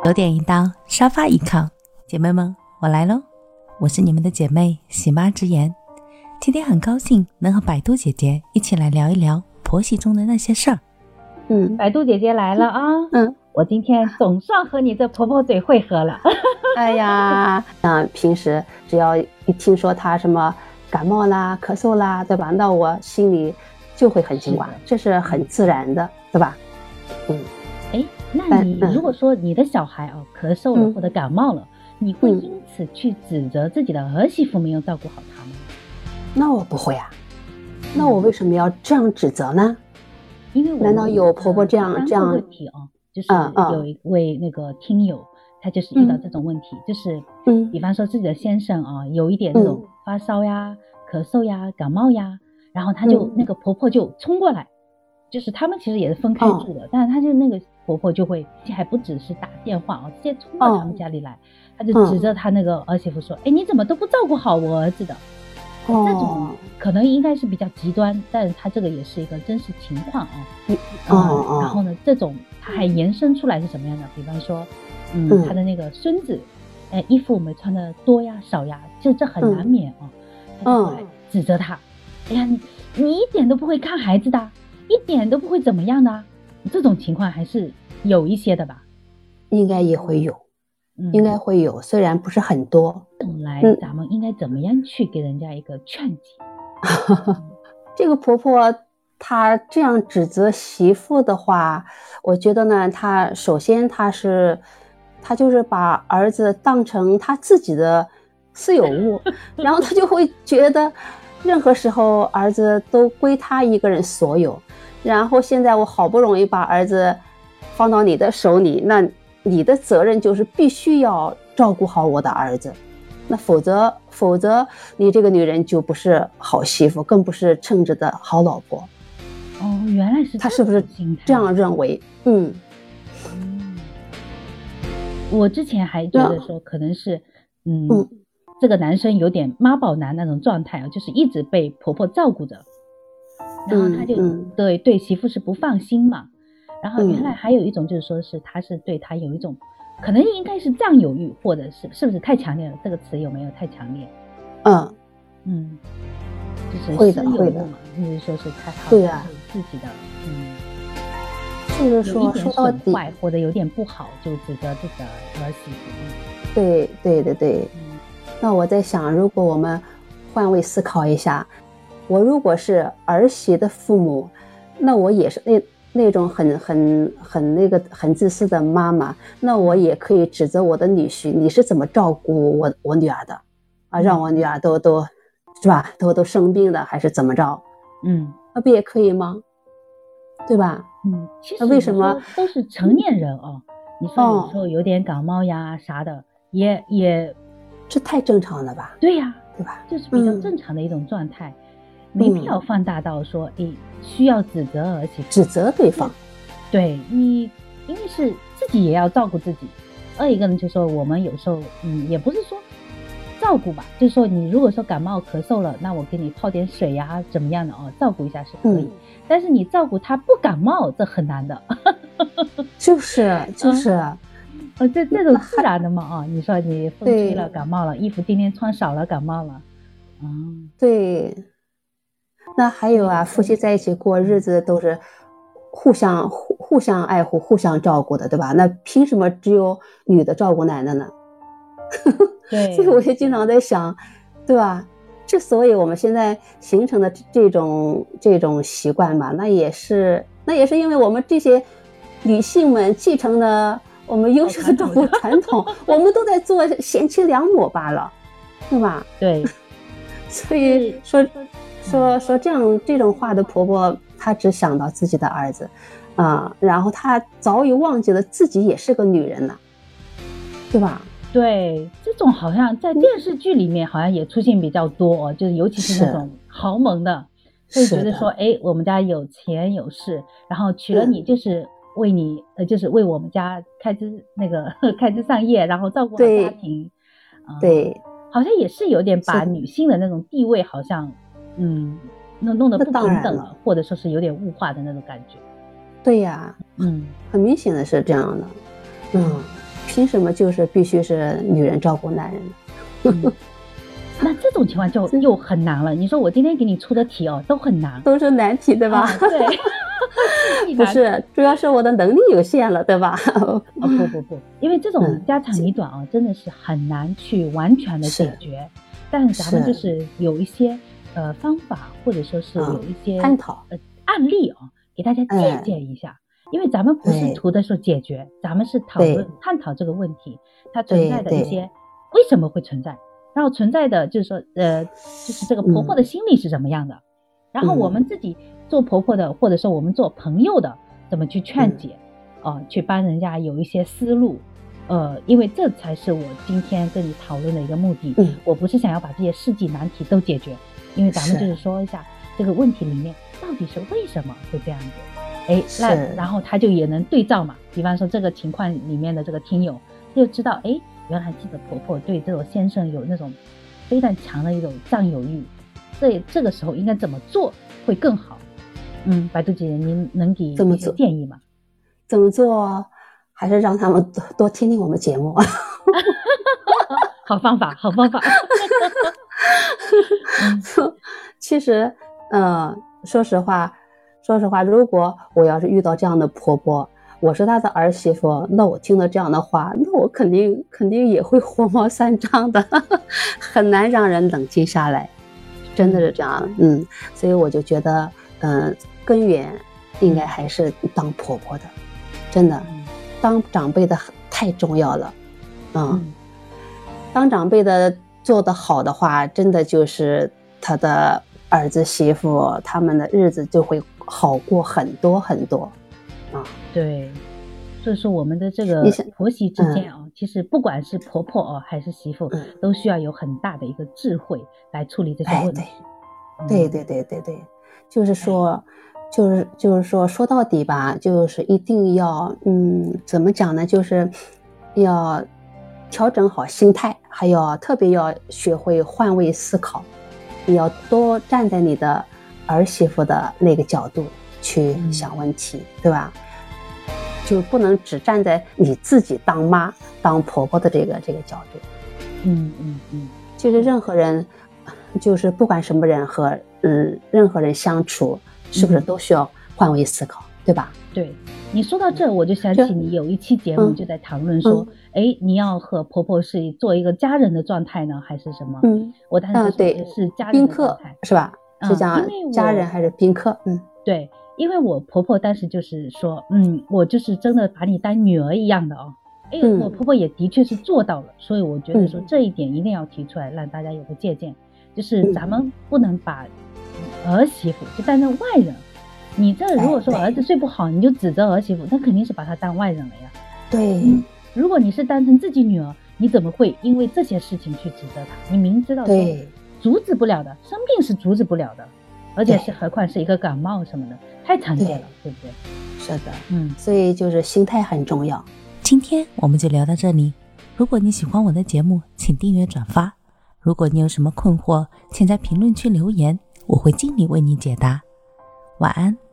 9点一到，沙发一靠，姐妹们，我来喽！我是你们的姐妹喜妈之言。今天很高兴能和百度姐姐一起来聊一聊婆媳中的那些事儿。 百度姐姐来了啊！我今天总算和你这婆婆嘴会合了。 哎呀，平时只要一听说她什么感冒啦、咳嗽啦，对吧？那我心里就会很惊慌，这是很自然的，对吧？ 那你如果说你的小孩咳嗽了或者感冒了，你会因此去指责自己的儿媳妇没有照顾好他吗？ 那我不会啊，那我为什么要这样指责呢？ 因为难道有婆婆这样问题就是有一位那个听友，他就是遇到这种问题，就是比方说自己的先生有一点那种发烧呀、咳嗽呀、感冒呀，然后他就那个婆婆就冲过来，就是他们其实也是分开住的，但是他就那个婆婆就会还不只是打电话直接冲到他们家里来，他就指着他那个儿媳妇说，你怎么都不照顾好我儿子的。这种可能应该是比较极端，但是他这个也是一个真实情况然后呢，这种他还延伸出来是什么样的？比方说，他的那个孙子，衣服没穿的多呀、少呀，就这很难免他就来指责他，哎呀，你一点都不会看孩子的，一点都不会怎么样的，这种情况还是有一些的吧？ 应该也会有。应该会有，虽然不是很多。 来，咱们应该怎么样去给人家一个劝解？ 这个婆婆她这样指责媳妇的话，我觉得呢，她首先她就是把儿子当成她自己的私有物，然后她就会觉得任何时候儿子都归她一个人所有。然后现在我好不容易把儿子放到你的手里，那你的责任就是必须要照顾好我的儿子，那否则你这个女人就不是好媳妇，更不是称职的好老婆。 原来是她是不是这样认为？ 我之前还觉得说可能是这个男生有点妈宝男那种状态就是一直被婆婆照顾着，然后他就对媳妇是不放心嘛。然后原来还有一种就是说是他是对他有一种可能应该是占有欲，或者是不是太强烈了？这个词有没有太强烈？就是会的嘛，就是说是他对啊自己的就是说到底坏或者有点不好就指责自己的儿媳妇。 对。那我在想，如果我们换位思考一下，我如果是儿媳的父母，那我也是那种很自私的妈妈，那我也可以指责我的女婿，你是怎么照顾我女儿的让我女儿都是吧，都生病了还是怎么着？那不也可以吗？对吧？ 其实为什么都是成年人你说有时候有点感冒呀啥的，也这太正常了吧？ 对呀， 对吧？ 就是比较正常的一种状态，没必要放大到说需要指责儿媳妇， 指责对方。 对，你因为是自己也要照顾自己。二一个呢，就是说我们有时候也不是说照顾吧，就是说你如果说感冒咳嗽了，那我给你泡点水呀怎么样的照顾一下是可以，但是你照顾他不感冒这很难的。 就是这种自然的嘛你说你风吹了感冒了，衣服今天穿少了感冒了对。那还有夫妻在一起过日子都是互相爱护、互相照顾的，对吧？那凭什么只有女的照顾男的呢？ 对， 所以我也经常在想，对吧？之所以我们现在形成的这种习惯吧，那也是因为我们这些女性们继承了我们优秀的中国传统，我们都在做贤妻良母罢了，对吧？ 对。 所以说这种话的婆婆，她只想到自己的儿子然后她早已忘记了自己也是个女人了，对吧？ 对，这种好像在电视剧里面好像也出现比较多就是尤其是那种豪门的，会觉得说我们家有钱有势，然后娶了你就是为你就是为我们家开枝散叶，然后照顾好家庭。 对， 好像也是有点把女性的那种地位好像弄得不平等了，或者说是有点物化的那种感觉。 对呀很明显的是这样的。 凭什么就是必须是女人照顾男人呢？ 那这种情况就又很难了。你说我今天给你出的题哦，都很难， 都是难题，对吧？ 对， 不是，主要是我的能力有限了，对吧？ 不，因为这种家长里短啊，真的是很难去完全的解决。但是咱们就是有一些方法，或者说是有一些探讨案例啊，给大家借鉴一下。因为咱们不是图的说解决，咱们是讨论探讨这个问题它存在的一些为什么会存在，然后存在的就是说就是这个婆婆的心理是什么样的，然后我们自己做婆婆的或者说我们做朋友的怎么去劝解去帮人家有一些思路。因为这才是我今天跟你讨论的一个目的。我不是想要把这些世纪难题都解决，因为咱们就是说一下这个问题里面到底是为什么会这样子。那然后他就也能对照嘛，比方说这个情况里面的这个听友就知道，原来这个婆婆对这种先生有那种非常强的一种占有欲，这个时候应该怎么做会更好？百度姐姐，您能给一些建议吗？ 怎么做？还是让他们多听听我们节目。 好方法。 其实说实话，如果我要是遇到这样的婆婆，我是她的儿媳妇，那我听到这样的话，那我肯定也会火冒三丈的，很难让人冷静下来，真的是这样。所以我就觉得根源应该还是当婆婆的，真的当长辈的太重要了。当长辈的做得好的话，真的就是他的儿子媳妇他们的日子就会好过很多很多。 对，所以说我们的这个婆媳之间其实不管是婆婆还是媳妇，都需要有很大的一个智慧来处理这些问题。 对，就是说说到底吧，就是一定要怎么讲呢，就是要调整好心态，还要特别要学会换位思考，你要多站在你的儿媳妇的那个角度去想问题，对吧？就不能只站在你自己当妈当婆婆的这个角度。就是任何人，就是不管什么人和任何人相处，是不是都需要换位思考，对吧？ 对，你说到这我就想起你有一期节目就在谈论说你要和婆婆是做一个家人的状态呢还是什么？我当时说是家人的状态， 是吧？是讲家人还是宾客？ 对，因为我婆婆当时就是说我就是真的把你当女儿一样的我婆婆也的确是做到了，所以我觉得说这一点一定要提出来让大家有个借鉴，就是咱们不能把儿媳妇就当成外人。你这如果说儿子睡不好你就指责儿媳妇，那肯定是把她当外人了呀。 对， 如果你是当成自己女儿，你怎么会因为这些事情去指责她？你明知道说阻止不了的，生病是阻止不了的，而且是何况是一个感冒什么的，太常见了，对不对？ 是的，所以就是心态很重要。 今天我们就聊到这里，如果你喜欢我的节目，请订阅转发。如果你有什么困惑，请在评论区留言，我会尽力为你解答。晚安。